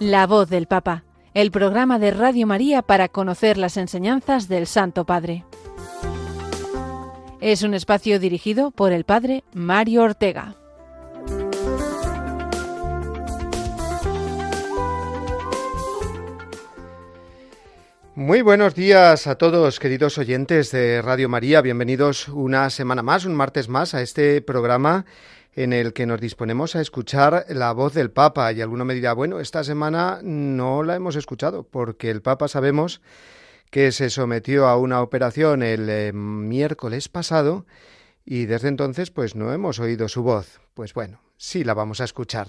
La voz del Papa, el programa de Radio María para conocer las enseñanzas del Santo Padre. Es un espacio dirigido por el Padre Mario Ortega. Muy buenos días a todos, queridos oyentes de Radio María. Bienvenidos una semana más, un martes más, a este programa en el que nos disponemos a escuchar la voz del Papa. Y alguno me dirá, bueno, esta semana no la hemos escuchado, porque el Papa sabemos que se sometió a una operación el miércoles pasado y desde entonces pues no hemos oído su voz. Pues bueno, sí la vamos a escuchar,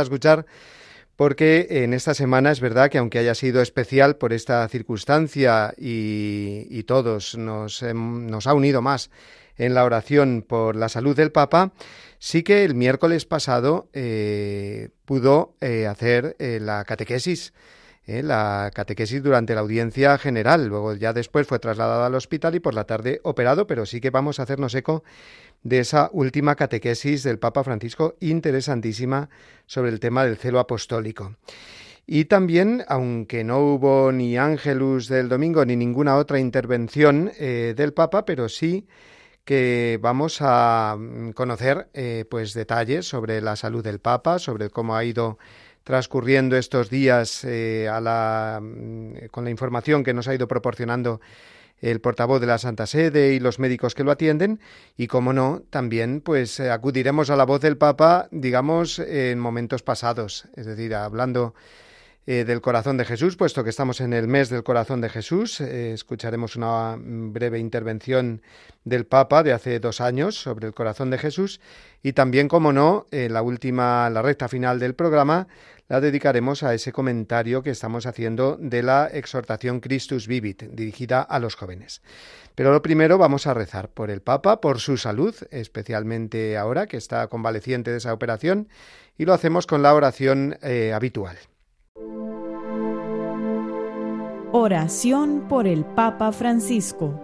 porque en esta semana es verdad que aunque haya sido especial por esta circunstancia y todos nos ha unido más en la oración por la salud del Papa, sí que el miércoles pasado pudo hacer la catequesis durante la audiencia general. Luego ya después fue trasladado al hospital y por la tarde operado, pero sí que vamos a hacernos eco de esa última catequesis del Papa Francisco, interesantísima, sobre el tema del celo apostólico. Y también, aunque no hubo ni Ángelus del domingo ni ninguna otra intervención del Papa, pero sí que vamos a conocer pues detalles sobre la salud del Papa, sobre cómo ha ido transcurriendo estos días con la información que nos ha ido proporcionando el portavoz de la Santa Sede y los médicos que lo atienden, y como no, también pues acudiremos a la voz del Papa, digamos, en momentos pasados, es decir, hablando del corazón de Jesús, puesto que estamos en el mes del corazón de Jesús. Escucharemos una breve intervención del Papa de hace 2 años sobre el corazón de Jesús, y también, como no, la recta final del programa la dedicaremos a ese comentario que estamos haciendo de la exhortación Christus Vivit, dirigida a los jóvenes. Pero lo primero vamos a rezar por el Papa, por su salud, especialmente ahora que está convaleciente de esa operación, y lo hacemos con la oración habitual. Oración por el Papa Francisco.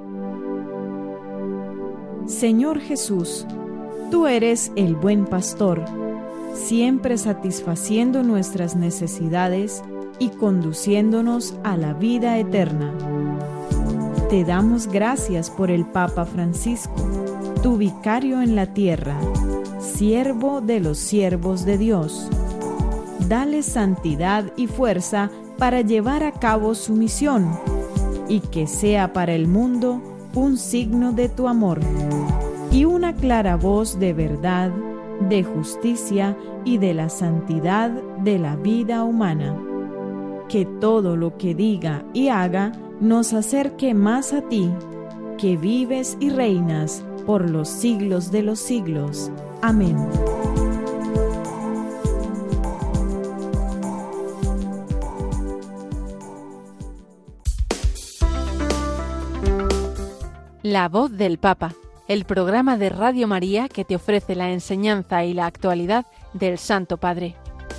Señor Jesús, tú eres el buen pastor, siempre satisfaciendo nuestras necesidades y conduciéndonos a la vida eterna. Te damos gracias por el Papa Francisco, tu vicario en la tierra, siervo de los siervos de Dios. Dale santidad y fuerza para llevar a cabo su misión, y que sea para el mundo un signo de tu amor y una clara voz de verdad, de justicia y de la santidad de la vida humana. Que todo lo que diga y haga nos acerque más a ti, que vives y reinas por los siglos de los siglos. Amén. La voz del Papa, el programa de Radio María que te ofrece la enseñanza y la actualidad del Santo Padre.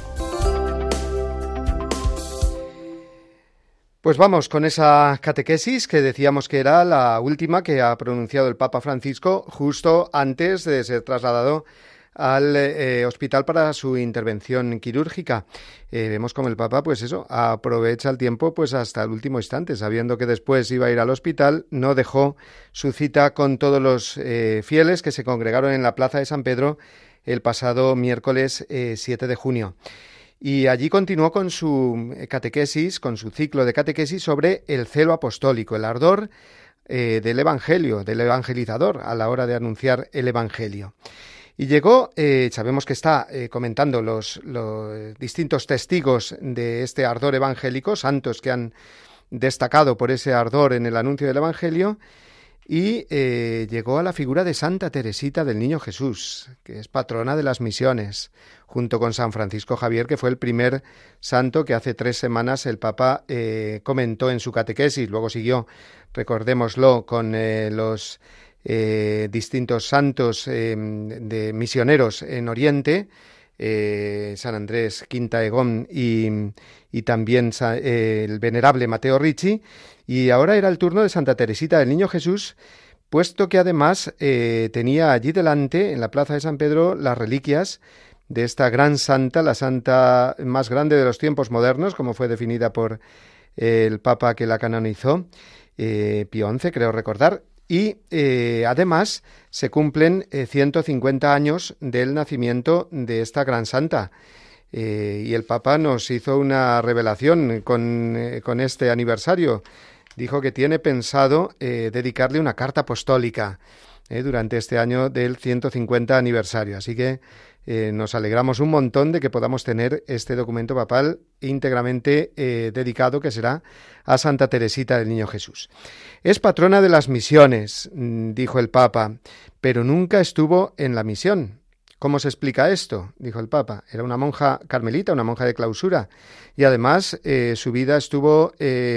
Pues vamos con esa catequesis que decíamos que era la última que ha pronunciado el Papa Francisco justo antes de ser trasladado al hospital para su intervención quirúrgica. Vemos como el Papa, pues eso, aprovecha el tiempo pues hasta el último instante, sabiendo que después iba a ir al hospital, no dejó su cita con todos los fieles que se congregaron en la Plaza de San Pedro el pasado miércoles 7 de junio. Y allí continuó con su catequesis, con su ciclo de catequesis sobre el celo apostólico, el ardor del Evangelio, del evangelizador a la hora de anunciar el Evangelio. Y llegó, sabemos que está comentando los distintos testigos de este ardor evangélico, santos que han destacado por ese ardor en el anuncio del Evangelio, y llegó a la figura de Santa Teresita del Niño Jesús, que es patrona de las misiones, junto con San Francisco Javier, que fue el primer santo que hace 3 semanas el Papa comentó en su catequesis. Luego siguió, recordémoslo, con los distintos santos de misioneros en Oriente, San Andrés Quintaegón y también el venerable Mateo Ricci, y ahora era el turno de Santa Teresita del Niño Jesús, puesto que además tenía allí delante, en la plaza de San Pedro, las reliquias de esta gran santa, la santa más grande de los tiempos modernos, como fue definida por el Papa que la canonizó, Pío XI, creo recordar, y además se cumplen 150 años del nacimiento de esta gran santa. Y el Papa nos hizo una revelación con este aniversario. Dijo que tiene pensado dedicarle una carta apostólica durante este año del 150 aniversario. Así que nos alegramos un montón de que podamos tener este documento papal íntegramente dedicado, que será a Santa Teresita del Niño Jesús. Es patrona de las misiones, dijo el Papa, pero nunca estuvo en la misión. ¿Cómo se explica esto?, dijo el Papa. Era una monja carmelita, una monja de clausura, y además su vida estuvo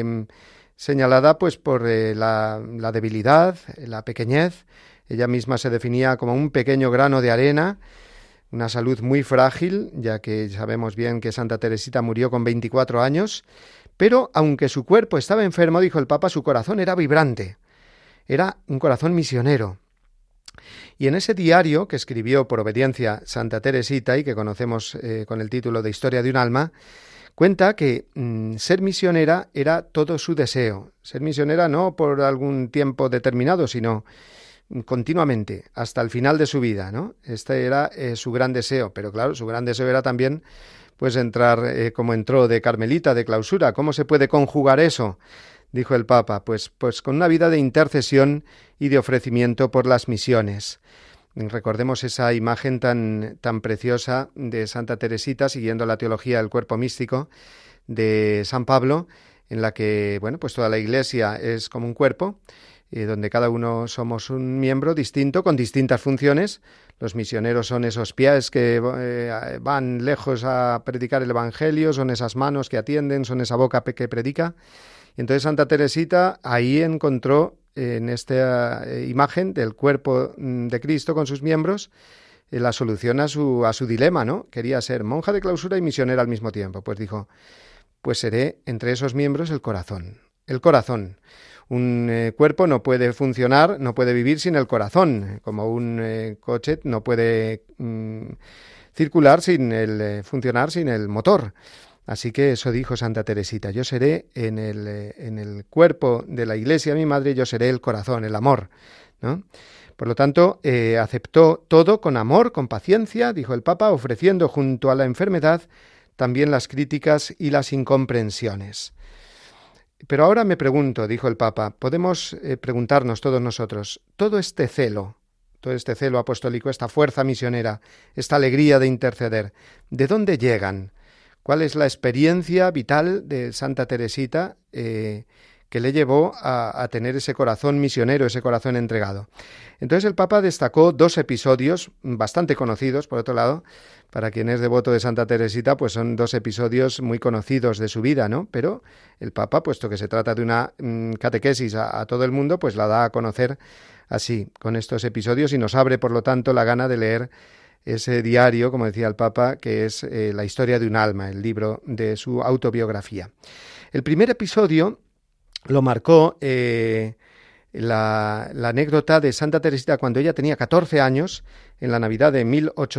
señalada pues por la debilidad, la pequeñez. Ella misma se definía como un pequeño grano de arena, una salud muy frágil, ya que sabemos bien que Santa Teresita murió con 24 años, pero aunque su cuerpo estaba enfermo, dijo el Papa, su corazón era vibrante, era un corazón misionero. Y en ese diario que escribió por obediencia Santa Teresita y que conocemos con el título de Historia de un alma, cuenta que ser misionera era todo su deseo. Ser misionera no por algún tiempo determinado, sino continuamente, hasta el final de su vida, ¿no? Este era su gran deseo, pero claro, su gran deseo era también pues entrar como entró, de carmelita, de clausura. ¿Cómo se puede conjugar eso?, dijo el Papa, pues con una vida de intercesión y de ofrecimiento por las misiones. Recordemos esa imagen tan preciosa de Santa Teresita, siguiendo la teología del cuerpo místico de San Pablo, en la que, bueno, pues toda la Iglesia es como un cuerpo, donde cada uno somos un miembro distinto, con distintas funciones. Los misioneros son esos pies que van lejos a predicar el Evangelio, son esas manos que atienden, son esa boca que predica. Y entonces Santa Teresita ahí encontró, en esta imagen del cuerpo de Cristo con sus miembros, la solución a su dilema, ¿no? Quería ser monja de clausura y misionera al mismo tiempo. Pues dijo, pues seré entre esos miembros el corazón. El corazón. Un cuerpo no puede funcionar, no puede vivir sin el corazón, como un coche no puede circular funcionar sin el motor. Así que eso dijo Santa Teresita, yo seré en el cuerpo de la Iglesia, mi madre, yo seré el corazón, el amor, ¿no? Por lo tanto, aceptó todo con amor, con paciencia, dijo el Papa, ofreciendo junto a la enfermedad también las críticas y las incomprensiones. Pero ahora me pregunto, dijo el Papa, podemos preguntarnos todos nosotros, todo este celo apostólico, esta fuerza misionera, esta alegría de interceder, ¿de dónde llegan? ¿Cuál es la experiencia vital de Santa Teresita que le llevó a tener ese corazón misionero, ese corazón entregado? Entonces el Papa destacó dos episodios bastante conocidos, por otro lado, para quien es devoto de Santa Teresita, pues son dos episodios muy conocidos de su vida, ¿no? Pero el Papa, puesto que se trata de una catequesis a todo el mundo, pues la da a conocer así, con estos episodios, y nos abre, por lo tanto, la gana de leer ese diario, como decía el Papa, que es la historia de un alma, el libro de su autobiografía. El primer episodio lo marcó la anécdota de Santa Teresita cuando ella tenía 14 años, en la Navidad de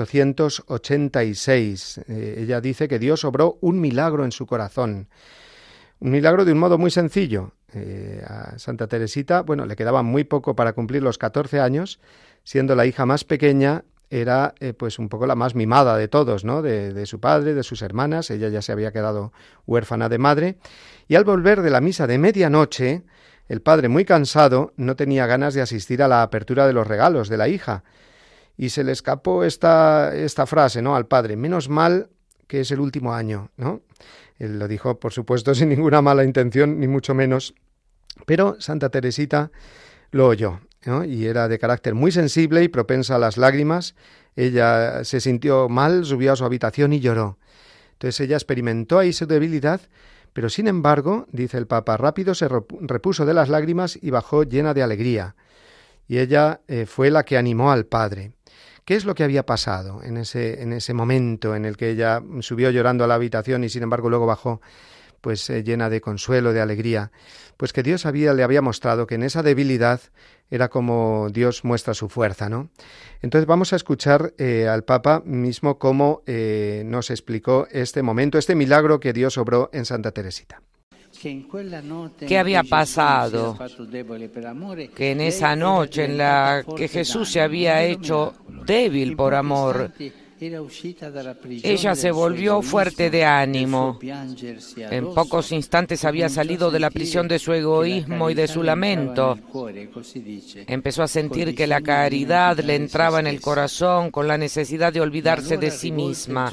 1886. Ella dice que Dios obró un milagro en su corazón. Un milagro de un modo muy sencillo. A Santa Teresita, bueno, le quedaba muy poco para cumplir los 14 años, siendo la hija más pequeña. Era pues un poco la más mimada de todos, ¿no? De su padre, de sus hermanas. Ella ya se había quedado huérfana de madre. Y al volver de la misa de medianoche, el padre, muy cansado, no tenía ganas de asistir a la apertura de los regalos de la hija. Y se le escapó esta frase, ¿no?, al padre, menos mal que es el último año, ¿no? Él lo dijo, por supuesto, sin ninguna mala intención, ni mucho menos. Pero Santa Teresita lo oyó, ¿no? Y era de carácter muy sensible y propensa a las lágrimas. Ella se sintió mal, subió a su habitación y lloró. Entonces ella experimentó ahí su debilidad, pero sin embargo, dice el Papa, rápido se repuso de las lágrimas y bajó llena de alegría. Y ella fue la que animó al padre. ¿Qué es lo que había pasado en ese momento en el que ella subió llorando a la habitación y sin embargo luego bajó? pues llena de consuelo, de alegría, pues que Dios le había mostrado que en esa debilidad era como Dios muestra su fuerza, ¿no? Entonces vamos a escuchar al Papa mismo cómo nos explicó este momento, este milagro que Dios obró en Santa Teresita. ¿Qué había pasado? Que en esa noche en la que Jesús se había hecho débil por amor, ella se volvió fuerte de ánimo. En pocos instantes había salido de la prisión de su egoísmo y de su lamento. Empezó a sentir que la caridad le entraba en el corazón con la necesidad de olvidarse de sí misma.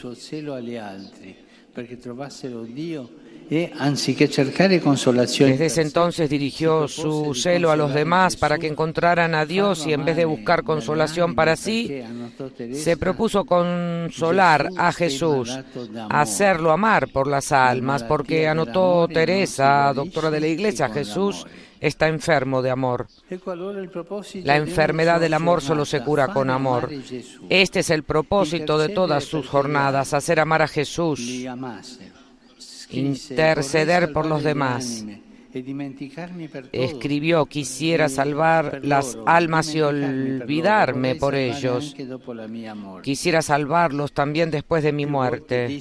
Desde ese entonces dirigió su celo a los demás para que encontraran a Dios y en vez de buscar consolación para sí, se propuso consolar a Jesús, hacerlo amar por las almas, porque anotó Teresa, doctora de la Iglesia, Jesús está enfermo de amor. La enfermedad del amor solo se cura con amor. Este es el propósito de todas sus jornadas, hacer amar a Jesús, interceder por los demás. Escribió: quisiera salvar las almas y olvidarme por ellos. Quisiera salvarlos también después de mi muerte.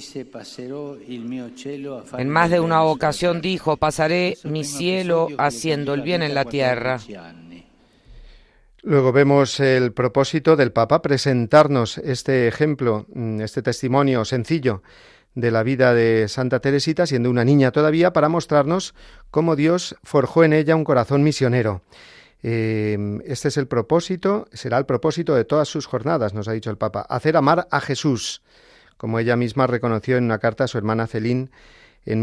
En más de una ocasión dijo: pasaré mi cielo haciendo el bien en la tierra. Luego vemos el propósito del Papa, presentarnos este ejemplo, este testimonio sencillo de la vida de Santa Teresita, siendo una niña todavía, para mostrarnos cómo Dios forjó en ella un corazón misionero. Este es el propósito, será el propósito de todas sus jornadas, nos ha dicho el Papa, hacer amar a Jesús, como ella misma reconoció en una carta a su hermana Céline en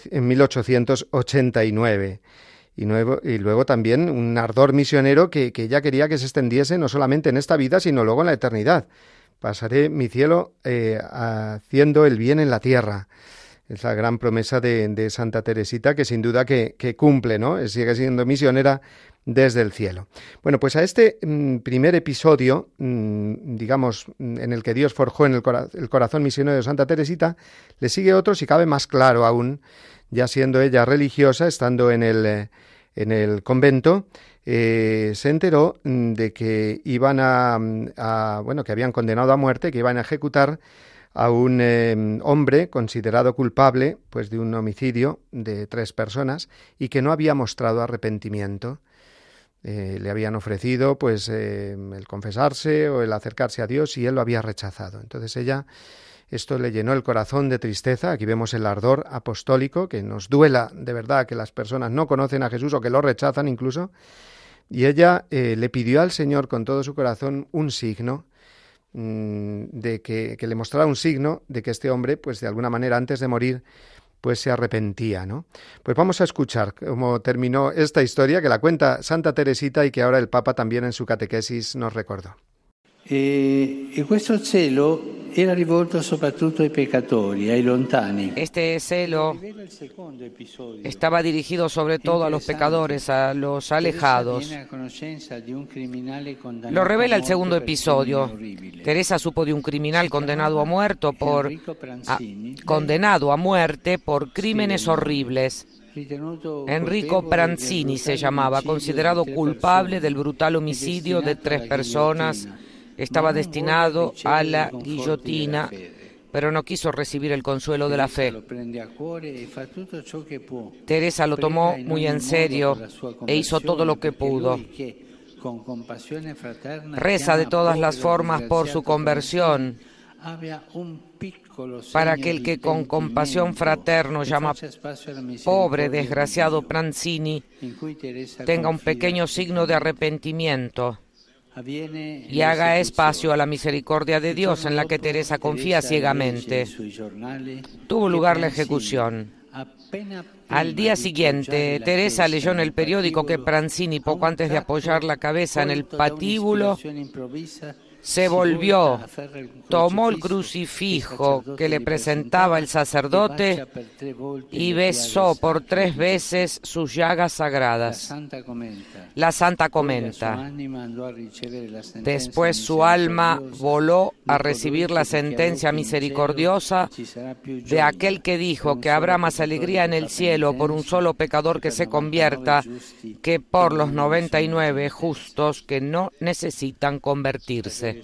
1889. Y luego también un ardor misionero que ella quería que se extendiese no solamente en esta vida, sino luego en la eternidad. Pasaré mi cielo haciendo el bien en la tierra. Es la gran promesa de Santa Teresita, que sin duda que cumple, ¿no? Sigue siendo misionera desde el cielo. Bueno, pues a este primer episodio, digamos, en el que Dios forjó en el corazón misionero de Santa Teresita, le sigue otro, si cabe más claro aún, ya siendo ella religiosa, estando en el convento. Se enteró de que iban que habían condenado a muerte, que iban a ejecutar a un hombre considerado culpable, pues, de un homicidio de 3 personas y que no había mostrado arrepentimiento. Le habían ofrecido, pues, el confesarse o el acercarse a Dios y él lo había rechazado. Entonces esto le llenó el corazón de tristeza. Aquí vemos el ardor apostólico, que nos duela de verdad que las personas no conocen a Jesús o que lo rechazan incluso. Y ella le pidió al Señor con todo su corazón un signo, de que le mostrara un signo de que este hombre, pues de alguna manera antes de morir, pues se arrepentía, ¿no? Pues vamos a escuchar cómo terminó esta historia que la cuenta Santa Teresita y que ahora el Papa también en su catequesis nos recordó. Questo celo era rivolto soprattutto ai peccatori, ai lontani. Este celo estaba dirigido sobre todo a los pecadores, a los alejados. Lo revela el segundo episodio. Teresa supo de un criminal condenado a muerte por crímenes horribles. Enrico Pranzini se llamaba, considerado culpable del brutal homicidio de 3 personas. Estaba destinado a la guillotina, pero no quiso recibir el consuelo de la fe. Teresa lo tomó muy en serio e hizo todo lo que pudo. Reza de todas las formas por su conversión, para que el que con compasión fraterno llama pobre, desgraciado Pranzini, tenga un pequeño signo de arrepentimiento y haga espacio a la misericordia de Dios en la que Teresa confía ciegamente. Tuvo lugar la ejecución. Al día siguiente, Teresa leyó en el periódico que Pranzini, poco antes de apoyar la cabeza en el patíbulo, se volvió, tomó el crucifijo que le presentaba el sacerdote y besó por 3 veces sus llagas sagradas. La santa comenta: después su alma voló a recibir la sentencia misericordiosa de aquel que dijo que habrá más alegría en el cielo por un solo pecador que se convierta que por los 99 justos que no necesitan convertirse.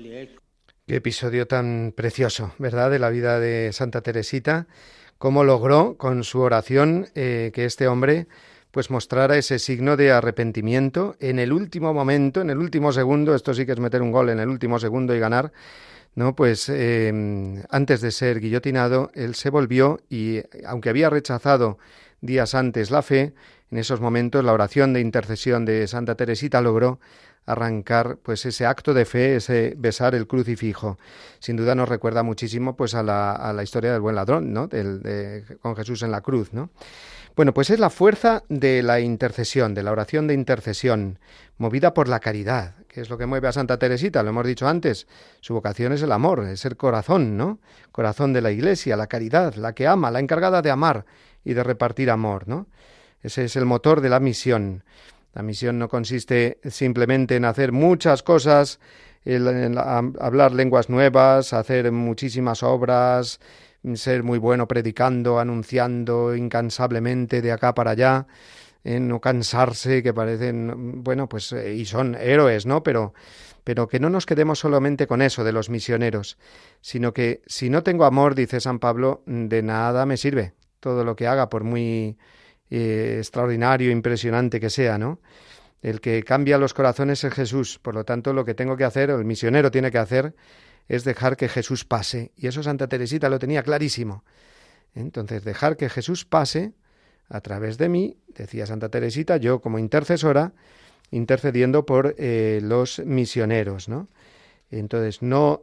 Qué episodio tan precioso, ¿verdad?, de la vida de Santa Teresita, cómo logró con su oración que este hombre pues mostrara ese signo de arrepentimiento en el último momento, en el último segundo. Esto sí que es meter un gol en el último segundo y ganar, ¿no? Pues antes de ser guillotinado, él se volvió y, aunque había rechazado días antes la fe, en esos momentos la oración de intercesión de Santa Teresita logró arrancar pues ese acto de fe, ese besar el crucifijo. Sin duda nos recuerda muchísimo pues a la historia del buen ladrón, ¿no?, con Jesús en la cruz, ¿no? Bueno, pues es la fuerza de la intercesión, de la oración de intercesión, movida por la caridad, que es lo que mueve a Santa Teresita, lo hemos dicho antes. Su vocación es el amor, es el corazón, ¿no? Corazón de la Iglesia, la caridad, la que ama, la encargada de amar y de repartir amor, ¿no? Ese es el motor de la misión. La misión no consiste simplemente en hacer muchas cosas, en hablar lenguas nuevas, hacer muchísimas obras, ser muy bueno predicando, anunciando incansablemente de acá para allá, no cansarse, que parecen, bueno, pues y son héroes, ¿no? Pero que no nos quedemos solamente con eso de los misioneros, sino que si no tengo amor, dice San Pablo, de nada me sirve todo lo que haga, por muy extraordinario, impresionante que sea, ¿no? El que cambia los corazones es Jesús. Por lo tanto, lo que tengo que hacer, o el misionero tiene que hacer, es dejar que Jesús pase. Y eso Santa Teresita lo tenía clarísimo. Entonces, dejar que Jesús pase a través de mí, decía Santa Teresita, yo como intercesora, intercediendo por los misioneros, ¿no? Entonces, no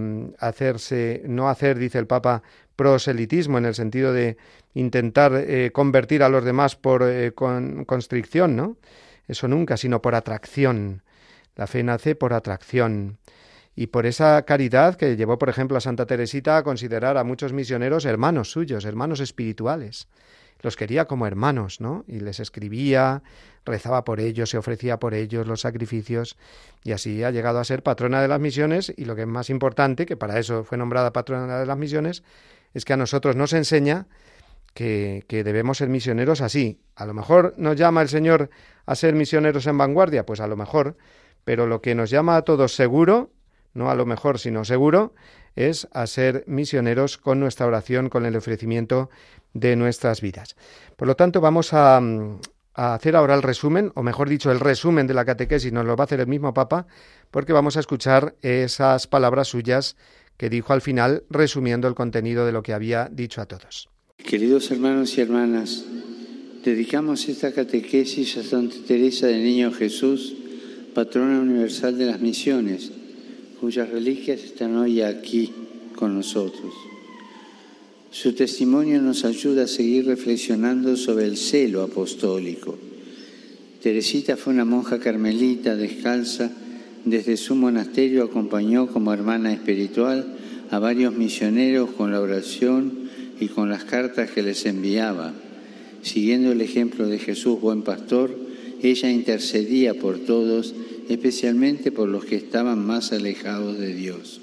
hacer, dice el Papa, proselitismo en el sentido de intentar convertir a los demás por constricción, ¿no? Eso nunca, sino por atracción. La fe nace por atracción. Y por esa caridad que llevó, por ejemplo, a Santa Teresita a considerar a muchos misioneros hermanos suyos, hermanos espirituales. Los quería como hermanos, ¿no? Y les escribía, rezaba por ellos, se ofrecía por ellos los sacrificios, y así ha llegado a ser patrona de las misiones. Y lo que es más importante, que para eso fue nombrada patrona de las misiones, es que a nosotros nos enseña que debemos ser misioneros así. A lo mejor nos llama el Señor a ser misioneros en vanguardia, pues a lo mejor, pero lo que nos llama a todos seguro, no a lo mejor, sino seguro, es a ser misioneros con nuestra oración, con el ofrecimiento de nuestras vidas. Por lo tanto, vamos a hacer ahora el resumen, o mejor dicho, el resumen de la catequesis nos lo va a hacer el mismo Papa, porque vamos a escuchar esas palabras suyas que dijo al final, resumiendo el contenido de lo que había dicho a todos. Queridos hermanos y hermanas, dedicamos esta catequesis a Santa Teresa del Niño Jesús, patrona universal de las misiones, cuyas reliquias están hoy aquí con nosotros. Su testimonio nos ayuda a seguir reflexionando sobre el celo apostólico. Teresita fue una monja carmelita descalza. Desde su monasterio acompañó como hermana espiritual a varios misioneros con la oración y con las cartas que les enviaba. Siguiendo el ejemplo de Jesús, buen pastor, ella intercedía por todos, especialmente por los que estaban más alejados de Dios.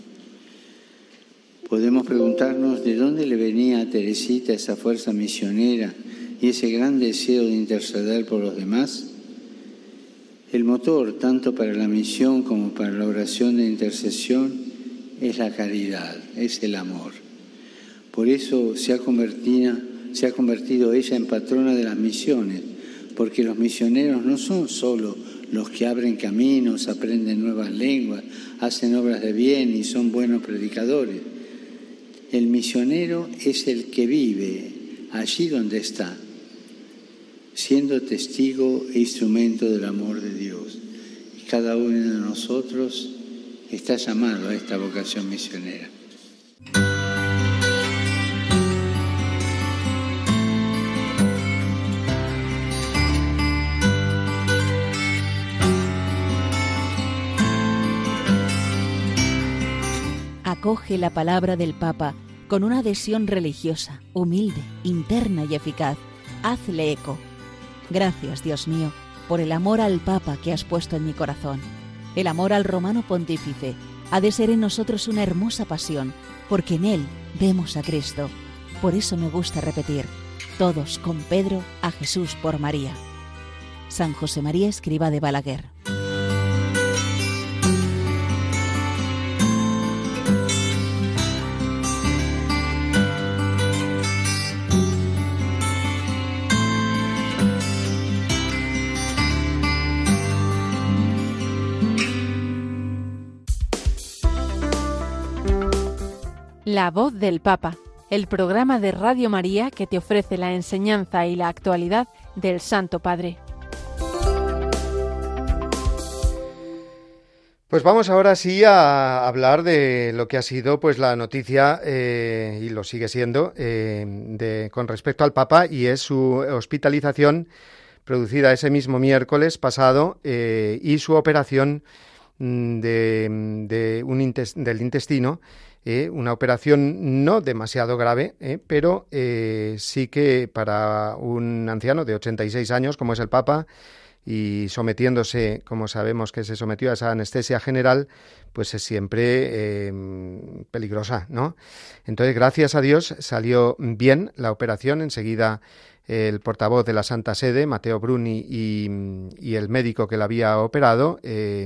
Podemos preguntarnos de dónde le venía a Teresita esa fuerza misionera y ese gran deseo de interceder por los demás. El motor, tanto para la misión como para la oración de intercesión, es la caridad, es el amor. Por eso se ha convertido ella en patrona de las misiones, porque los misioneros no son solo los que abren caminos, aprenden nuevas lenguas, hacen obras de bien y son buenos predicadores. El misionero es el que vive allí donde está, siendo testigo e instrumento del amor de Dios. Y cada uno de nosotros está llamado a esta vocación misionera. Acoge la palabra del Papa con una adhesión religiosa, humilde, interna y eficaz. Hazle eco. Gracias, Dios mío, por el amor al Papa que has puesto en mi corazón. El amor al romano pontífice ha de ser en nosotros una hermosa pasión, porque en él vemos a Cristo. Por eso me gusta repetir, todos con Pedro, a Jesús por María. San José María Escrivá de Balaguer. La voz del Papa, el programa de Radio María que te ofrece la enseñanza y la actualidad del Santo Padre. Pues vamos ahora sí a hablar de lo que ha sido pues la noticia, y lo sigue siendo, con respecto al Papa, y es su hospitalización producida ese mismo miércoles pasado, y su operación del intestino. Una operación no demasiado grave, pero sí que para un anciano de 86 años, como es el Papa, y sometiéndose, como sabemos que se sometió a esa anestesia general, pues es siempre peligrosa, ¿no? Entonces, gracias a Dios, salió bien la operación. Enseguida el portavoz de la Santa Sede, Matteo Bruni, y el médico que la había operado,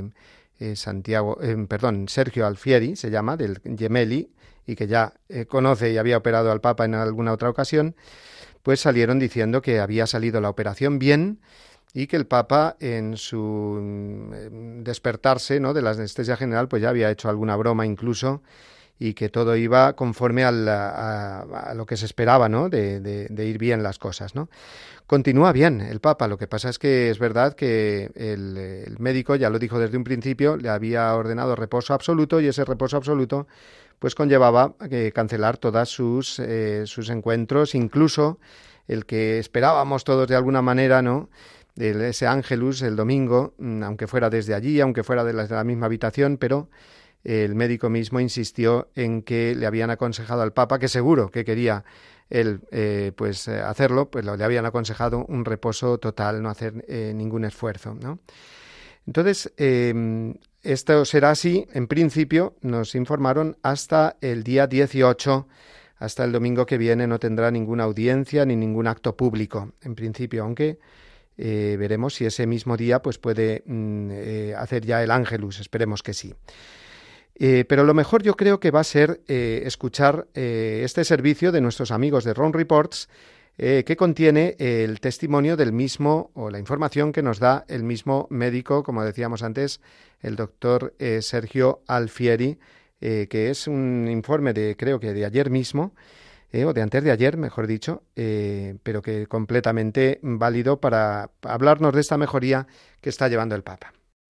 Sergio Alfieri se llama, del Gemelli, y que ya conoce y había operado al Papa en alguna otra ocasión, pues salieron diciendo que había salido la operación bien y que el Papa, en su despertarse, ¿no?, de la anestesia general, pues ya había hecho alguna broma incluso, y que todo iba conforme a lo que se esperaba, ¿no?, de ir bien las cosas, ¿no? Continúa bien el Papa, lo que pasa es que es verdad que el médico, ya lo dijo desde un principio, le había ordenado reposo absoluto, y ese reposo absoluto pues conllevaba cancelar todos sus encuentros, incluso el que esperábamos todos de alguna manera, ¿no?, ese Ángelus el domingo, aunque fuera desde allí, aunque fuera de la misma habitación, pero el médico mismo insistió en que le habían aconsejado al Papa, que seguro que quería él hacerlo, pues le habían aconsejado un reposo total, no hacer ningún esfuerzo, ¿no? Entonces, esto será así, en principio, nos informaron, hasta el día 18, hasta el domingo que viene no tendrá ninguna audiencia ni ningún acto público, en principio, aunque veremos si ese mismo día pues puede hacer ya el Ángelus, esperemos que sí. Pero lo mejor yo creo que va a ser escuchar este servicio de nuestros amigos de Rome Reports, que contiene el testimonio del mismo, o la información que nos da el mismo médico, como decíamos antes, el doctor Sergio Alfieri, que es un informe creo que de ayer mismo, o de antes de ayer, mejor dicho, pero que completamente válido para hablarnos de esta mejoría que está llevando el Papa.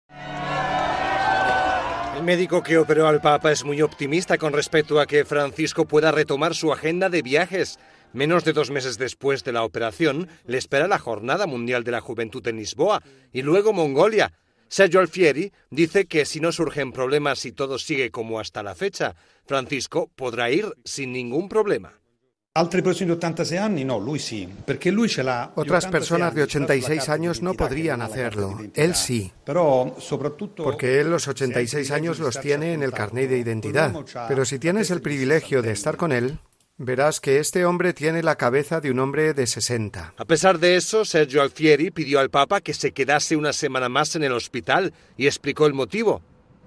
El médico que operó al Papa es muy optimista con respecto a que Francisco pueda retomar su agenda de viajes. Menos de 2 meses después de la operación, le espera la Jornada Mundial de la Juventud en Lisboa y luego Mongolia. Sergio Alfieri dice que si no surgen problemas y todo sigue como hasta la fecha, Francisco podrá ir sin ningún problema. Otras personas de 86 años no podrían hacerlo. Él sí. Porque él los 86 años los tiene en el carnet de identidad. Pero si tienes el privilegio de estar con él, verás que este hombre tiene la cabeza de un hombre de 60. A pesar de eso, Sergio Alfieri pidió al Papa que se quedase una semana más en el hospital y explicó el motivo.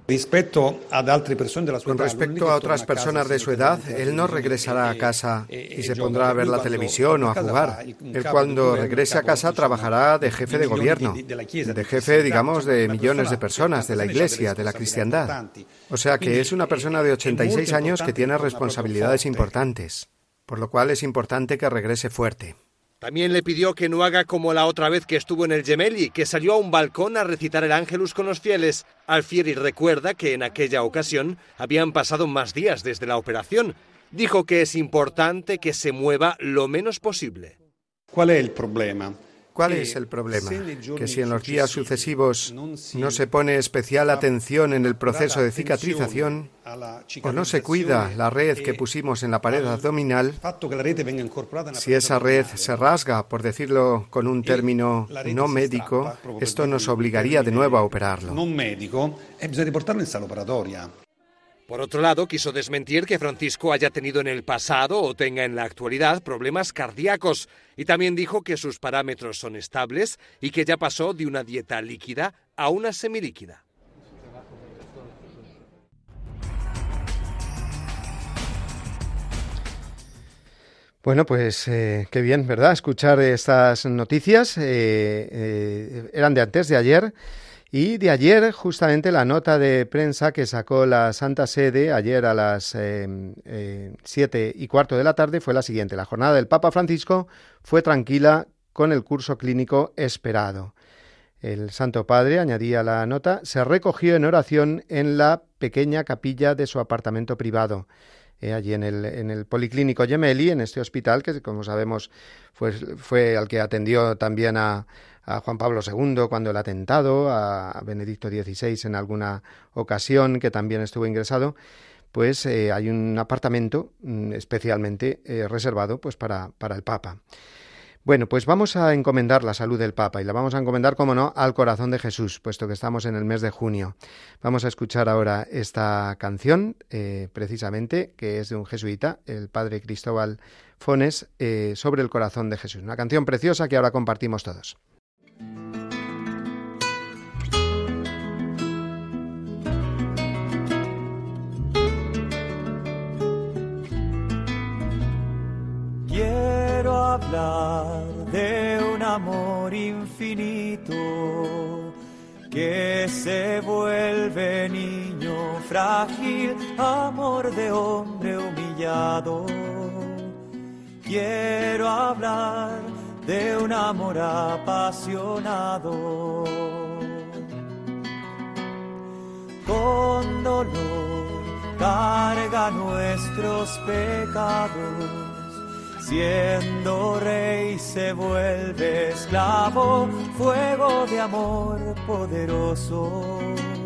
Con respecto a otras personas de su edad, él no regresará a casa y se pondrá a ver la televisión o a jugar. Él, cuando regrese a casa, trabajará de jefe de gobierno, de jefe, digamos, de millones de personas, de la Iglesia, de la cristiandad. O sea que es una persona de 86 años que tiene responsabilidades importantes, por lo cual es importante que regrese fuerte. También le pidió que no haga como la otra vez que estuvo en el Gemelli, que salió a un balcón a recitar el Ángelus con los fieles. Alfieri recuerda que en aquella ocasión habían pasado más días desde la operación. Dijo que es importante que se mueva lo menos posible. ¿Cuál es el problema? ¿Cuál es el problema? Que si en los días sucesivos no se pone especial atención en el proceso de cicatrización o no se cuida la red que pusimos en la pared abdominal, si esa red se rasga, por decirlo con un término no médico, esto nos obligaría de nuevo a operarlo. Por otro lado, quiso desmentir que Francisco haya tenido en el pasado o tenga en la actualidad problemas cardíacos y también dijo que sus parámetros son estables y que ya pasó de una dieta líquida a una semilíquida. Bueno, pues qué bien, ¿verdad? Escuchar estas noticias. Eran de antes de ayer. Y de ayer, justamente, la nota de prensa que sacó la Santa Sede ayer a las 7:15 de la tarde fue la siguiente. La jornada del Papa Francisco fue tranquila con el curso clínico esperado. El Santo Padre, añadía la nota, se recogió en oración en la pequeña capilla de su apartamento privado. Allí en el Policlínico Gemelli, en este hospital que, como sabemos, fue al que atendió también a Juan Pablo II cuando el atentado, a Benedicto XVI en alguna ocasión que también estuvo ingresado, pues hay un apartamento especialmente reservado pues para el Papa. Bueno, pues vamos a encomendar la salud del Papa y la vamos a encomendar, como no, al corazón de Jesús, puesto que estamos en el mes de junio. Vamos a escuchar ahora esta canción, precisamente, que es de un jesuita, el padre Cristóbal Fones, sobre el corazón de Jesús. Una canción preciosa que ahora compartimos todos. Quiero hablar de un amor infinito que se vuelve niño frágil, amor de hombre humillado. Quiero hablar de un amor apasionado. Con dolor carga nuestros pecados. Siendo rey se vuelve esclavo, fuego de amor poderoso.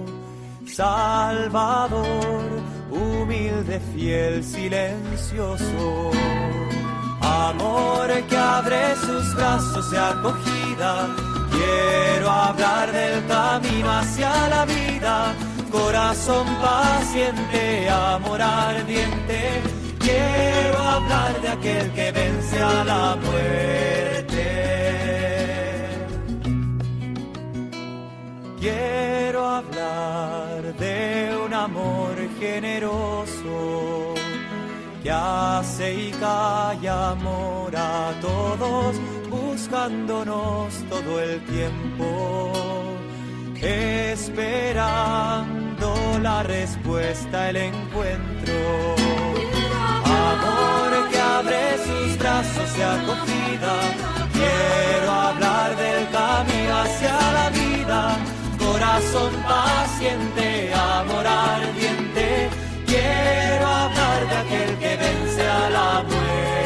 Salvador, humilde, fiel, silencioso. Amor que abre sus brazos de acogida. Quiero hablar del camino hacia la vida. Corazón paciente, amor ardiente. Quiero hablar de aquel que vence a la muerte. Quiero hablar de un amor generoso que hace y calla amor a todos, buscándonos todo el tiempo, esperando la respuesta, el encuentro. Amor que abre sus brazos de acogida. Quiero hablar del camino hacia la vida. Corazón paciente, amor ardiente. Quiero hablar de aquel que vence a la muerte.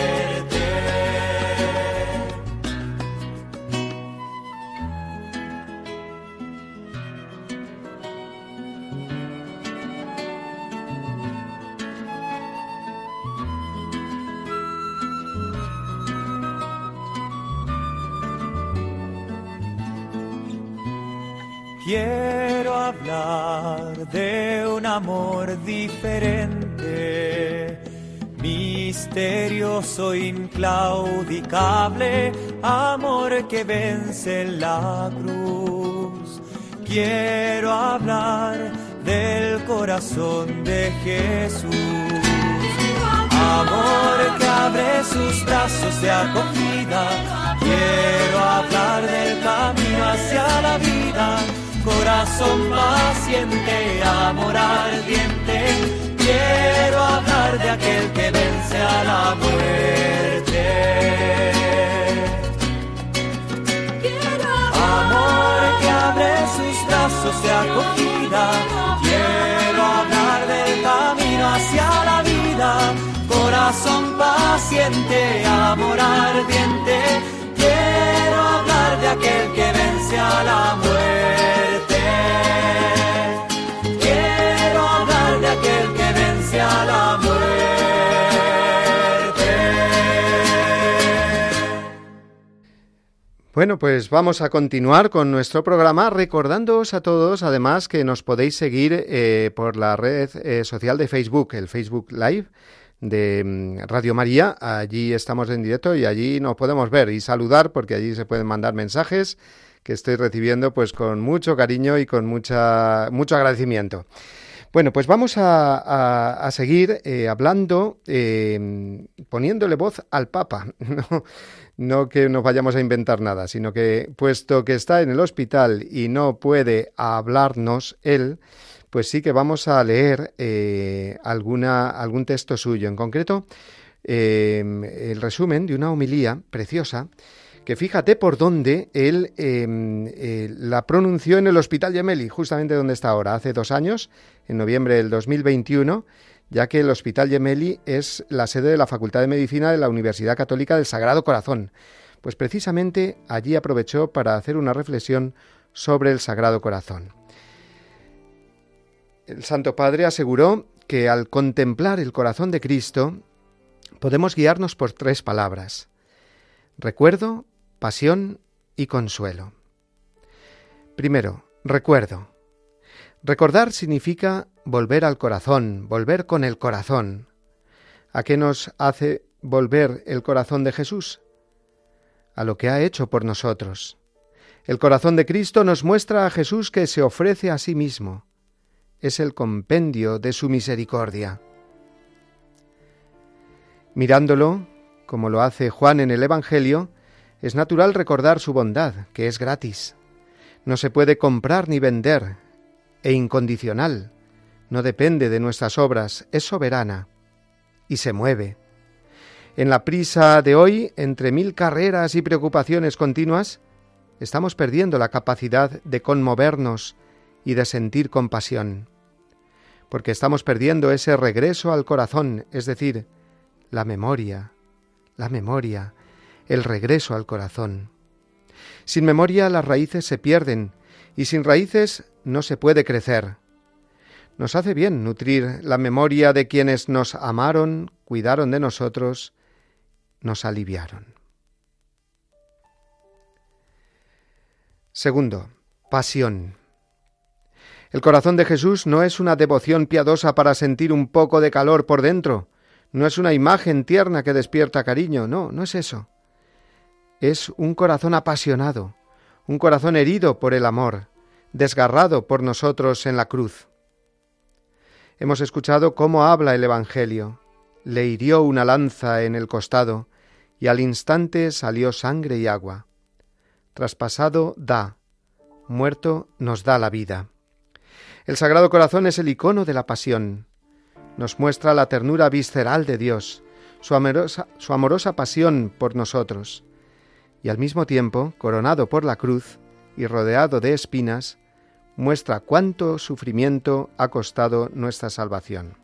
Quiero hablar de un amor diferente, misterioso, inclaudicable, amor que vence la cruz. Quiero hablar del corazón de Jesús, amor que abre sus brazos de acogida. Quiero hablar del camino hacia la vida. Corazón paciente, amor ardiente. Quiero hablar de aquel que vence a la muerte. Amor que abre sus brazos de acogida. Quiero hablar del camino hacia la vida. Corazón paciente, amor ardiente. Quiero hablar aquel que vence a la muerte. Quiero hablar de aquel que vence a la muerte. Bueno, pues vamos a continuar con nuestro programa, recordándoos a todos, además, que nos podéis seguir por la red social de Facebook, el Facebook Live de Radio María. Allí estamos en directo y allí nos podemos ver y saludar, porque allí se pueden mandar mensajes que estoy recibiendo pues con mucho cariño y con mucho agradecimiento. Bueno, pues vamos a seguir hablando, poniéndole voz al Papa. No que nos vayamos a inventar nada, sino que, puesto que está en el hospital y no puede hablarnos él, pues sí que vamos a leer algún texto suyo. En concreto, el resumen de una homilía preciosa, que fíjate por dónde él la pronunció en el Hospital Gemelli, justamente donde está ahora, hace 2 años, en noviembre del 2021, ya que el Hospital Gemelli es la sede de la Facultad de Medicina de la Universidad Católica del Sagrado Corazón. Pues precisamente allí aprovechó para hacer una reflexión sobre el Sagrado Corazón. El Santo Padre aseguró que al contemplar el corazón de Cristo podemos guiarnos por 3 palabras: recuerdo, pasión y consuelo. Primero, recuerdo. Recordar significa volver al corazón, volver con el corazón. ¿A qué nos hace volver el corazón de Jesús? A lo que ha hecho por nosotros. El corazón de Cristo nos muestra a Jesús que se ofrece a sí mismo. Es el compendio de su misericordia. Mirándolo, como lo hace Juan en el Evangelio, es natural recordar su bondad, que es gratis. No se puede comprar ni vender, e incondicional. No depende de nuestras obras, es soberana y se mueve. En la prisa de hoy, entre 1000 carreras y preocupaciones continuas, estamos perdiendo la capacidad de conmovernos y de sentir compasión, porque estamos perdiendo ese regreso al corazón, es decir, la memoria, el regreso al corazón. Sin memoria las raíces se pierden, y sin raíces no se puede crecer. Nos hace bien nutrir la memoria de quienes nos amaron, cuidaron de nosotros, nos aliviaron. Segundo, pasión. El corazón de Jesús no es una devoción piadosa para sentir un poco de calor por dentro, no es una imagen tierna que despierta cariño, no es eso. Es un corazón apasionado, un corazón herido por el amor, desgarrado por nosotros en la cruz. Hemos escuchado cómo habla el Evangelio. Le hirió una lanza en el costado, y al instante salió sangre y agua. Traspasado da, muerto nos da la vida. El Sagrado Corazón es el icono de la pasión. Nos muestra la ternura visceral de Dios, su amorosa pasión por nosotros, y al mismo tiempo, coronado por la cruz y rodeado de espinas, muestra cuánto sufrimiento ha costado nuestra salvación.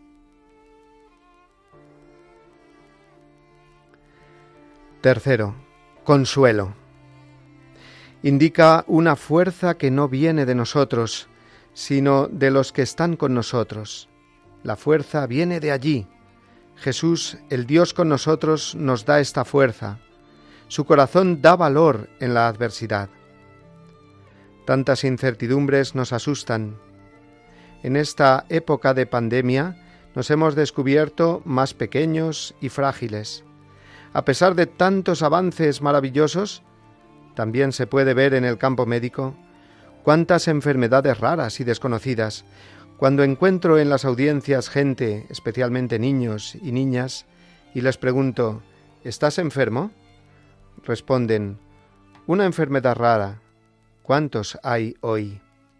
Tercero, consuelo. Indica una fuerza que no viene de nosotros, sino de los que están con nosotros. La fuerza viene de allí. Jesús, el Dios con nosotros, nos da esta fuerza. Su corazón da valor en la adversidad. Tantas incertidumbres nos asustan. En esta época de pandemia nos hemos descubierto más pequeños y frágiles. A pesar de tantos avances maravillosos, también se puede ver en el campo médico cuántas enfermedades raras y desconocidas. Cuando encuentro en las audiencias gente, especialmente niños y niñas, y les pregunto, ¿estás enfermo?, responden, una enfermedad rara. ¿Cuántos hay hoy?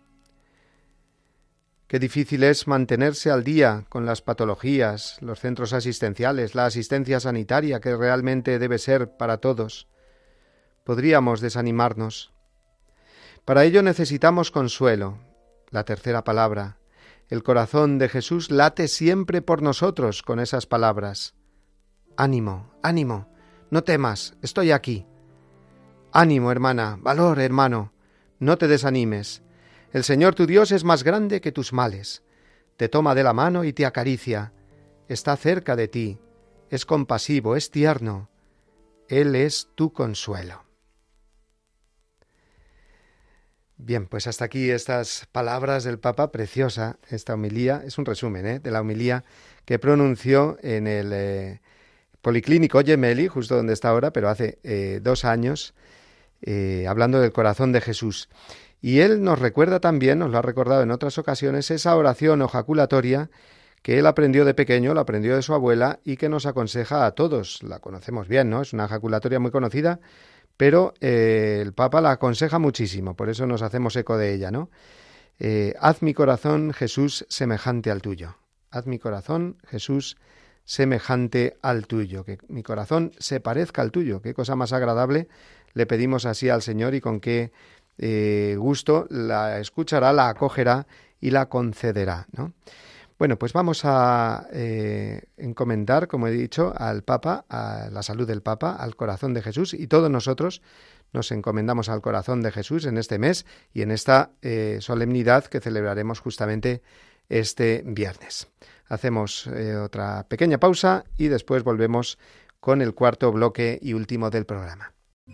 Qué difícil es mantenerse al día con las patologías, los centros asistenciales, la asistencia sanitaria que realmente debe ser para todos. Podríamos desanimarnos. Para ello necesitamos consuelo. La tercera palabra. El corazón de Jesús late siempre por nosotros con esas palabras. Ánimo, ánimo, no temas, estoy aquí. Ánimo, hermana, valor, hermano, no te desanimes. El Señor tu Dios es más grande que tus males. Te toma de la mano y te acaricia. Está cerca de ti. Es compasivo, es tierno. Él es tu consuelo. Bien, pues hasta aquí estas palabras del Papa, preciosa esta homilía, es un resumen de la homilía que pronunció en el Policlínico Gemelli, justo donde está ahora, pero hace 2 años, hablando del corazón de Jesús. Y él nos recuerda también, nos lo ha recordado en otras ocasiones, esa oración o jaculatoria que él aprendió de pequeño, la aprendió de su abuela y que nos aconseja a todos. La conocemos bien, ¿no? Es una jaculatoria muy conocida, pero el Papa la aconseja muchísimo, por eso nos hacemos eco de ella, ¿no? Haz mi corazón, Jesús, semejante al tuyo. Haz mi corazón, Jesús, semejante al tuyo. Que mi corazón se parezca al tuyo. Qué cosa más agradable le pedimos así al Señor y con qué gusto la escuchará, la acogerá y la concederá, ¿no? Bueno, pues vamos a encomendar, como he dicho, al Papa, a la salud del Papa, al corazón de Jesús, y todos nosotros nos encomendamos al corazón de Jesús en este mes y en esta solemnidad que celebraremos justamente este viernes. Hacemos otra pequeña pausa y después volvemos con el cuarto bloque y último del programa.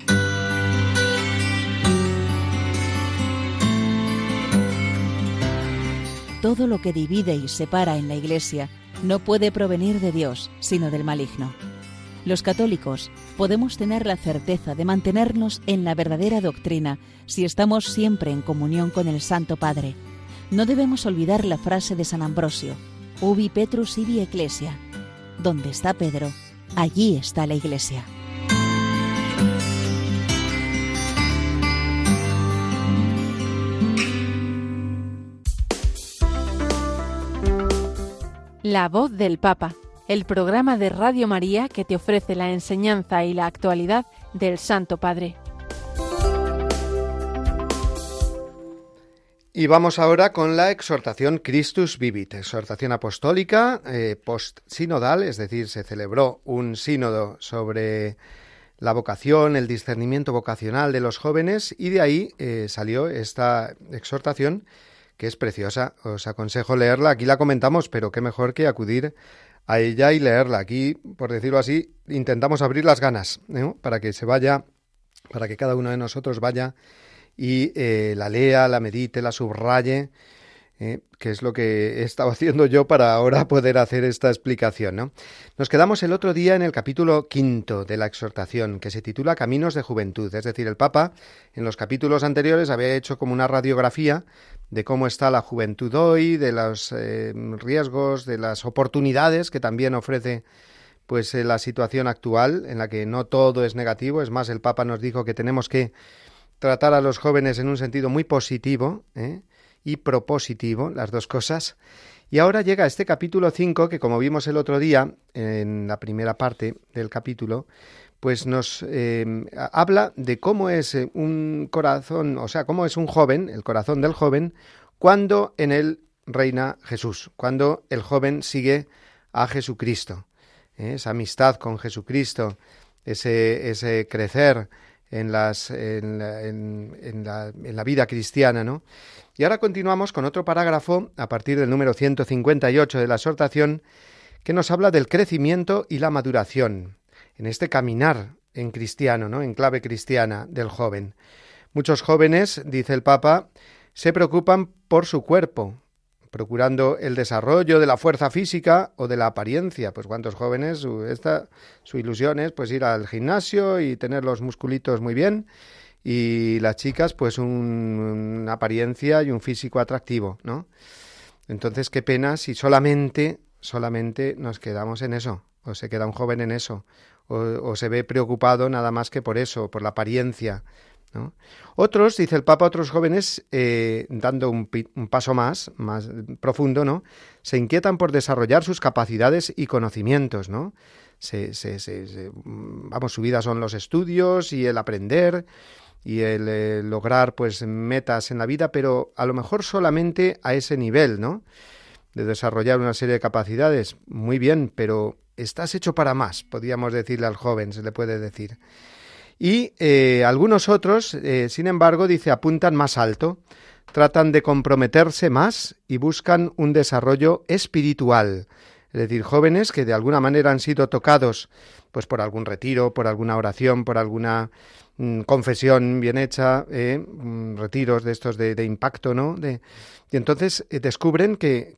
Todo lo que divide y separa en la Iglesia no puede provenir de Dios, sino del maligno. Los católicos podemos tener la certeza de mantenernos en la verdadera doctrina si estamos siempre en comunión con el Santo Padre. No debemos olvidar la frase de San Ambrosio: Ubi Petrus ibi Ecclesia. Donde está Pedro, allí está la Iglesia. La voz del Papa, el programa de Radio María que te ofrece la enseñanza y la actualidad del Santo Padre. Y vamos ahora con la exhortación Christus Vivit, exhortación apostólica post-sinodal, es decir, se celebró un sínodo sobre la vocación, el discernimiento vocacional de los jóvenes, y de ahí salió esta exhortación, que es preciosa. Os aconsejo leerla. Aquí la comentamos, pero qué mejor que acudir a ella y leerla. Aquí, por decirlo así, intentamos abrir las ganas, ¿no? Para que se vaya, para que cada uno de nosotros vaya y la lea, la medite, la subraye, que es lo que he estado haciendo yo para ahora poder hacer esta explicación, ¿no? Nos quedamos el otro día en el capítulo 5 de la exhortación, que se titula Caminos de Juventud. Es decir, el Papa en los capítulos anteriores había hecho como una radiografía de cómo está la juventud hoy, de los riesgos, de las oportunidades que también ofrece pues la situación actual, en la que no todo es negativo. Es más, el Papa nos dijo que tenemos que tratar a los jóvenes en un sentido muy positivo, y propositivo, las dos cosas. Y ahora llega este capítulo 5, que como vimos el otro día, en la primera parte del capítulo, pues nos habla de cómo es un corazón, o sea, cómo es un joven, el corazón del joven, cuando en él reina Jesús, cuando el joven sigue a Jesucristo. Esa amistad con Jesucristo, ese crecer en la vida cristiana, ¿no? Y ahora continuamos con otro parágrafo a partir del número 158 de la exhortación, que nos habla del crecimiento y la maduración en este caminar en cristiano, ¿no? En clave cristiana del joven. Muchos jóvenes, dice el Papa, se preocupan por su cuerpo, procurando el desarrollo de la fuerza física o de la apariencia. Pues cuántos jóvenes, su ilusión es pues ir al gimnasio y tener los musculitos muy bien, y las chicas pues una apariencia y un físico atractivo, ¿no? Entonces qué pena si solamente nos quedamos en eso, o se queda un joven en eso, o se ve preocupado nada más que por eso, por la apariencia, ¿no? Otros, dice el Papa, otros jóvenes, dando un paso más profundo, ¿no? Se inquietan por desarrollar sus capacidades y conocimientos, ¿no? Su vida son los estudios y el aprender y el lograr pues metas en la vida, pero a lo mejor solamente a ese nivel, ¿no? De desarrollar una serie de capacidades. Muy bien, pero estás hecho para más, podríamos decirle al joven, se le puede decir. Y algunos otros, sin embargo, dice, apuntan más alto, tratan de comprometerse más y buscan un desarrollo espiritual. Es decir, jóvenes que de alguna manera han sido tocados pues por algún retiro, por alguna oración, por alguna confesión bien hecha, retiros de estos de impacto, ¿no? Y entonces descubren que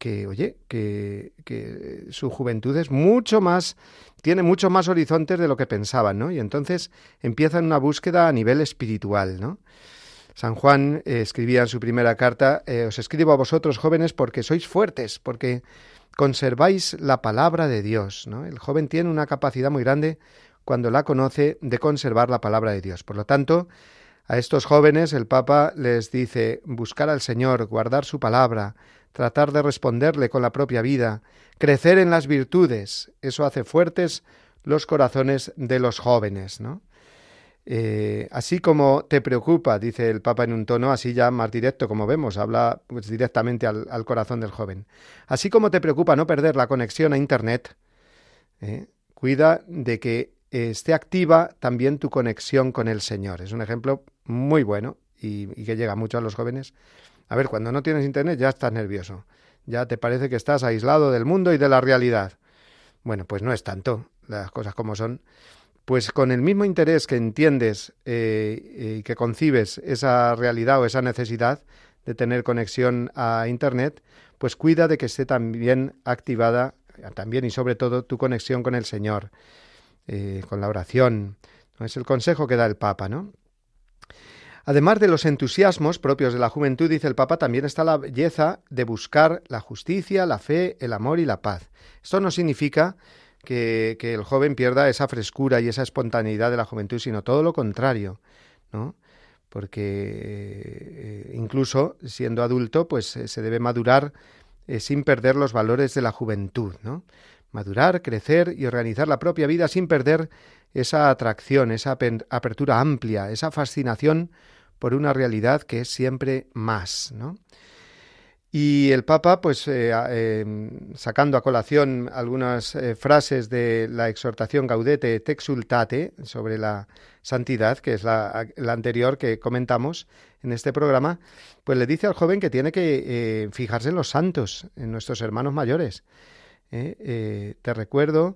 su juventud es tiene mucho más horizontes de lo que pensaban, ¿no? Y entonces empiezan una búsqueda a nivel espiritual, ¿no? San Juan escribía en su primera carta, os escribo a vosotros jóvenes porque sois fuertes, porque conserváis la palabra de Dios, ¿no? El joven tiene una capacidad muy grande cuando la conoce de conservar la palabra de Dios. Por lo tanto, a estos jóvenes el Papa les dice buscar al Señor, guardar su palabra, tratar de responderle con la propia vida, crecer en las virtudes. Eso hace fuertes los corazones de los jóvenes, ¿no? Así como te preocupa, dice el Papa en un tono así ya más directo, como vemos, habla pues directamente al corazón del joven. Así como te preocupa no perder la conexión a Internet, cuida de que esté activa también tu conexión con el Señor. Es un ejemplo muy bueno y que llega mucho a los jóvenes. A ver, cuando no tienes Internet ya estás nervioso, ya te parece que estás aislado del mundo y de la realidad. Bueno, pues no es tanto, las cosas como son. Pues con el mismo interés que entiendes y que concibes esa realidad o esa necesidad de tener conexión a Internet, pues cuida de que esté también activada, también y sobre todo, tu conexión con el Señor, con la oración. Es el consejo que da el Papa, ¿no? Además de los entusiasmos propios de la juventud, dice el Papa, también está la belleza de buscar la justicia, la fe, el amor y la paz. Esto no significa que el joven pierda esa frescura y esa espontaneidad de la juventud, sino todo lo contrario, ¿no? Porque incluso siendo adulto, pues se debe madurar sin perder los valores de la juventud, ¿no? Madurar, crecer y organizar la propia vida sin perder esa atracción, esa apertura amplia, esa fascinación por una realidad que es siempre más, ¿no? Y el Papa, pues sacando a colación algunas frases de la exhortación Gaudete et Exsultate sobre la santidad, que es la anterior que comentamos en este programa, pues le dice al joven que tiene que fijarse en los santos, en nuestros hermanos mayores. Te recuerdo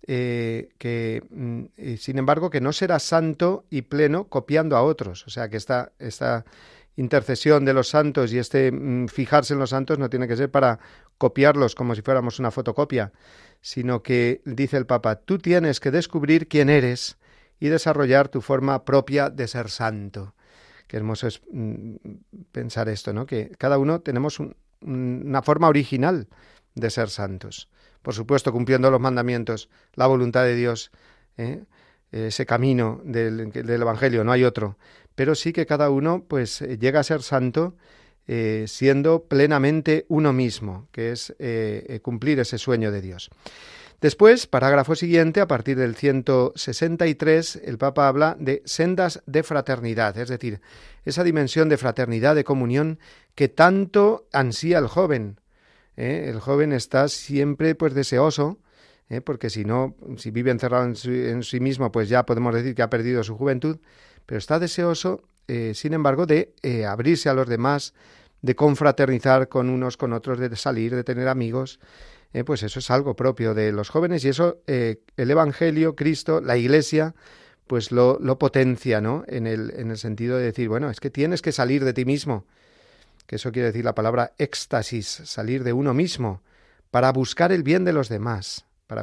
que, sin embargo, que no será santo y pleno copiando a otros. O sea, que esta intercesión de los santos y fijarse en los santos no tiene que ser para copiarlos como si fuéramos una fotocopia, sino que, dice el Papa, tú tienes que descubrir quién eres y desarrollar tu forma propia de ser santo. Qué hermoso es pensar esto, ¿no? Que cada uno tenemos una forma original de ser santos. Por supuesto, cumpliendo los mandamientos, la voluntad de Dios, ese camino del Evangelio, no hay otro. Pero sí que cada uno pues llega a ser santo siendo plenamente uno mismo, que es cumplir ese sueño de Dios. Después, parágrafo siguiente, a partir del 163, el Papa habla de sendas de fraternidad, es decir, esa dimensión de fraternidad, de comunión que tanto ansía el joven. El joven está siempre pues deseoso, porque si vive encerrado en sí mismo, pues ya podemos decir que ha perdido su juventud, pero está deseoso, sin embargo, de abrirse a los demás, de confraternizar con unos, con otros, de salir, de tener amigos. Pues eso es algo propio de los jóvenes y eso el Evangelio, Cristo, la Iglesia, pues lo potencia, ¿no? En el sentido de decir, bueno, es que tienes que salir de ti mismo, que eso quiere decir la palabra éxtasis, salir de uno mismo, para buscar el bien de los demás,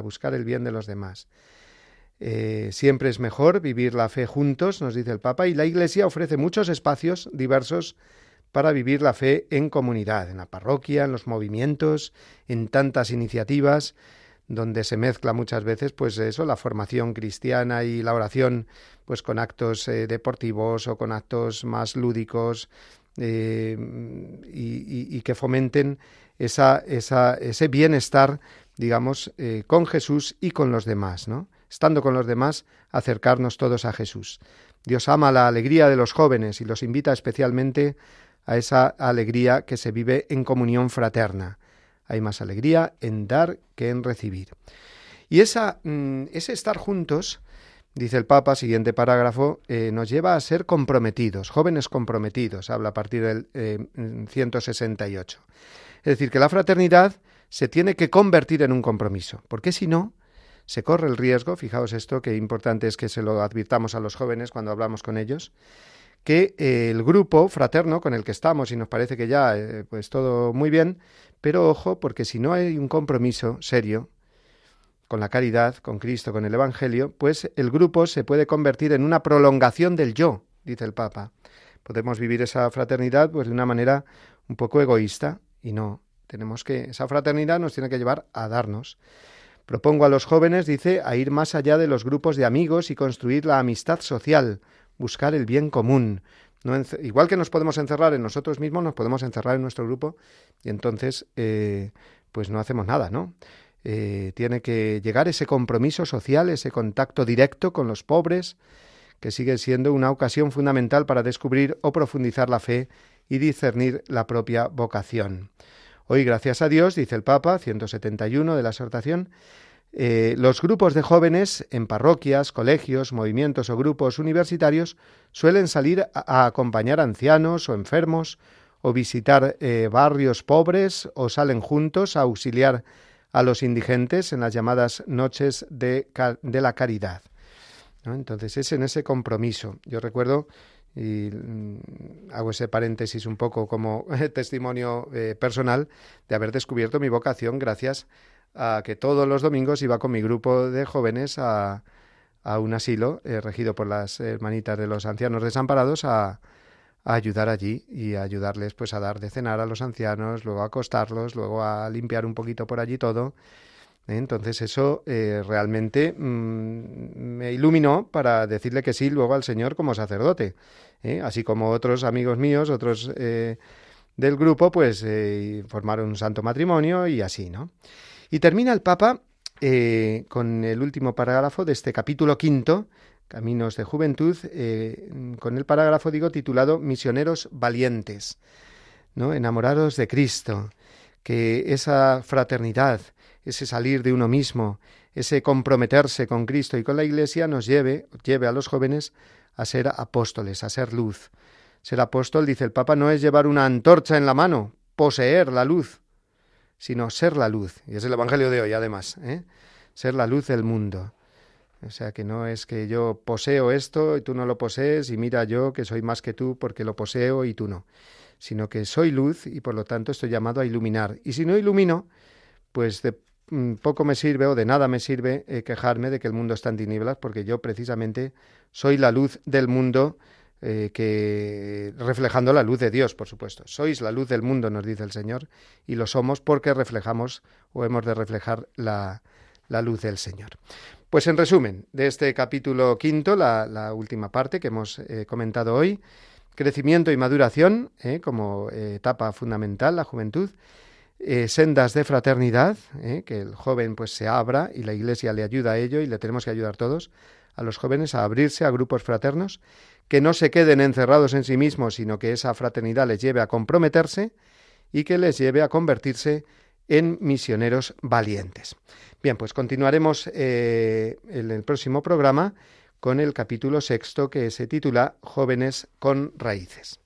Siempre es mejor vivir la fe juntos, nos dice el Papa, y la Iglesia ofrece muchos espacios diversos para vivir la fe en comunidad, en la parroquia, en los movimientos, en tantas iniciativas, donde se mezcla muchas veces, pues eso, la formación cristiana y la oración, pues con actos deportivos o con actos más lúdicos, y que fomenten ese bienestar, digamos, con Jesús y con los demás, ¿no? Estando con los demás, acercarnos todos a Jesús. Dios ama la alegría de los jóvenes y los invita especialmente a esa alegría que se vive en comunión fraterna. Hay más alegría en dar que en recibir. Y ese estar juntos dice el Papa, siguiente parágrafo, nos lleva a ser comprometidos, jóvenes comprometidos, habla a partir del 168. Es decir, que la fraternidad se tiene que convertir en un compromiso, porque si no, se corre el riesgo, fijaos esto, que importante es que se lo advirtamos a los jóvenes cuando hablamos con ellos, que el grupo fraterno con el que estamos, y nos parece que ya pues todo muy bien, pero ojo, porque si no hay un compromiso serio con la caridad, con Cristo, con el Evangelio, pues el grupo se puede convertir en una prolongación del yo, dice el Papa. Podemos vivir esa fraternidad pues de una manera un poco egoísta, y no, esa fraternidad nos tiene que llevar a darnos. Propongo a los jóvenes, dice, a ir más allá de los grupos de amigos y construir la amistad social, buscar el bien común. Igual que nos podemos encerrar en nosotros mismos, nos podemos encerrar en nuestro grupo y entonces pues no hacemos nada, ¿no? Tiene que llegar ese compromiso social, ese contacto directo con los pobres, que sigue siendo una ocasión fundamental para descubrir o profundizar la fe y discernir la propia vocación. Hoy, gracias a Dios, dice el Papa, 171 de la exhortación, los grupos de jóvenes en parroquias, colegios, movimientos o grupos universitarios suelen salir a acompañar a ancianos o enfermos o visitar barrios pobres o salen juntos a auxiliar a los indigentes en las llamadas noches de la caridad, ¿no? Entonces es en ese compromiso. Yo recuerdo, y hago ese paréntesis un poco como testimonio personal, de haber descubierto mi vocación gracias a que todos los domingos iba con mi grupo de jóvenes a un asilo regido por las hermanitas de los ancianos desamparados a ayudar allí y a ayudarles pues a dar de cenar a los ancianos, luego a acostarlos, luego a limpiar un poquito por allí todo. Entonces eso realmente me iluminó para decirle que sí luego al Señor como sacerdote, así como otros amigos míos, otros del grupo, pues formaron un santo matrimonio y así, ¿no? Y termina el Papa con el último parágrafo de este capítulo 5, Caminos de Juventud, con el parágrafo, titulado Misioneros valientes, ¿no? Enamorados de Cristo, que esa fraternidad, ese salir de uno mismo, ese comprometerse con Cristo y con la Iglesia nos lleve a los jóvenes a ser apóstoles, a ser luz. Ser apóstol, dice el Papa, no es llevar una antorcha en la mano, poseer la luz, sino ser la luz. Y es el Evangelio de hoy, además, ser la luz del mundo. O sea, que no es que yo poseo esto y tú no lo posees y mira yo que soy más que tú porque lo poseo y tú no, sino que soy luz y por lo tanto estoy llamado a iluminar. Y si no ilumino, pues de poco me sirve o de nada me sirve quejarme de que el mundo está en tinieblas, porque yo precisamente soy la luz del mundo, que reflejando la luz de Dios, por supuesto. Sois la luz del mundo, nos dice el Señor, y lo somos porque reflejamos o hemos de reflejar la luz del Señor. Pues en resumen, de este capítulo 5, la última parte que hemos comentado hoy, crecimiento y maduración como etapa fundamental, la juventud, sendas de fraternidad, que el joven pues se abra y la Iglesia le ayuda a ello y le tenemos que ayudar todos a los jóvenes a abrirse a grupos fraternos, que no se queden encerrados en sí mismos, sino que esa fraternidad les lleve a comprometerse y que les lleve a convertirse en misioneros valientes. Bien, pues continuaremos en el próximo programa con el capítulo 6, que se titula Jóvenes con raíces.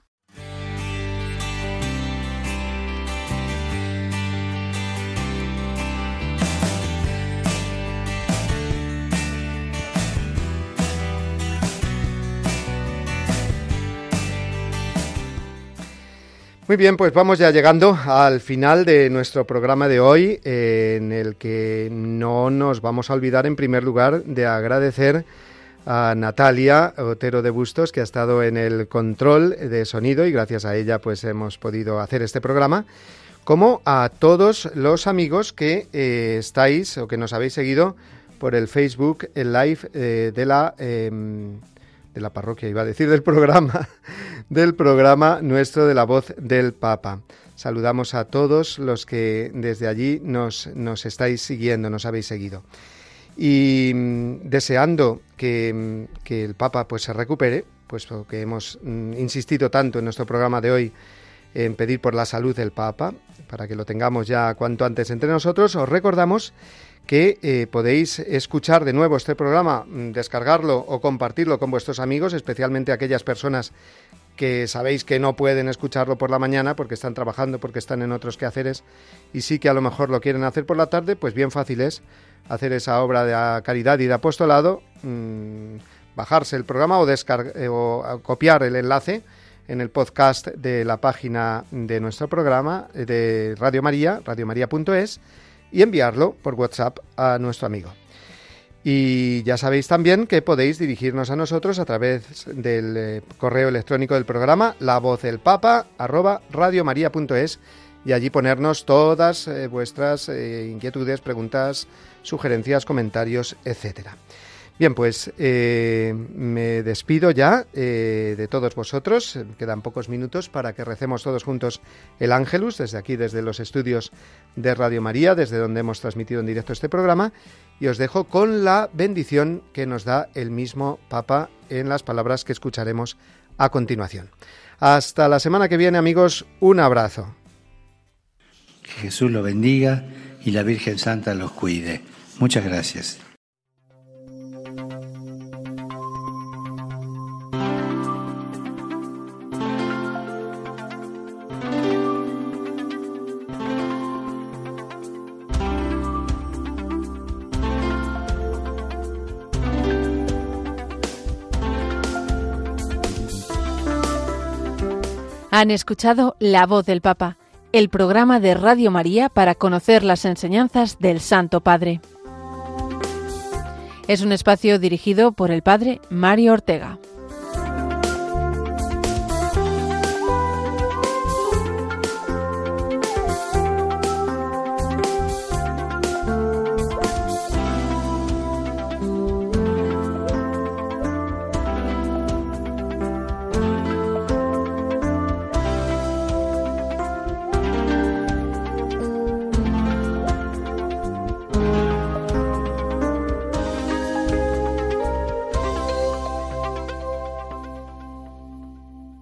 Muy bien, pues vamos ya llegando al final de nuestro programa de hoy, en el que no nos vamos a olvidar, en primer lugar, de agradecer a Natalia Otero de Bustos, que ha estado en el control de sonido y gracias a ella pues hemos podido hacer este programa, como a todos los amigos que estáis o que nos habéis seguido por el Facebook, el live de la parroquia, iba a decir del programa nuestro de la Voz del Papa. Saludamos a todos los que desde allí nos estáis siguiendo, nos habéis seguido. Y deseando que el Papa pues se recupere, pues porque hemos insistido tanto en nuestro programa de hoy en pedir por la salud del Papa, para que lo tengamos ya cuanto antes entre nosotros, os recordamos que podéis escuchar de nuevo este programa, descargarlo o compartirlo con vuestros amigos, especialmente aquellas personas que sabéis que no pueden escucharlo por la mañana porque están trabajando, porque están en otros quehaceres y sí que a lo mejor lo quieren hacer por la tarde, pues bien fácil es hacer esa obra de caridad y de apostolado, bajarse el programa o copiar el enlace en el podcast de la página de nuestro programa de Radio María, radiomaria.es, y enviarlo por WhatsApp a nuestro amigo. Y ya sabéis también que podéis dirigirnos a nosotros a través del correo electrónico del programa, lavozdelpapa@radiomaria.es, y allí ponernos todas vuestras inquietudes, preguntas, sugerencias, comentarios, etcétera. Bien, pues me despido ya de todos vosotros. Quedan pocos minutos para que recemos todos juntos el Ángelus, desde aquí, desde los estudios de Radio María, desde donde hemos transmitido en directo este programa, y os dejo con la bendición que nos da el mismo Papa en las palabras que escucharemos a continuación. Hasta la semana que viene, amigos, un abrazo. Que Jesús los bendiga y la Virgen Santa los cuide. Muchas gracias. Han escuchado La Voz del Papa, el programa de Radio María para conocer las enseñanzas del Santo Padre. Es un espacio dirigido por el Padre Mario Ortega.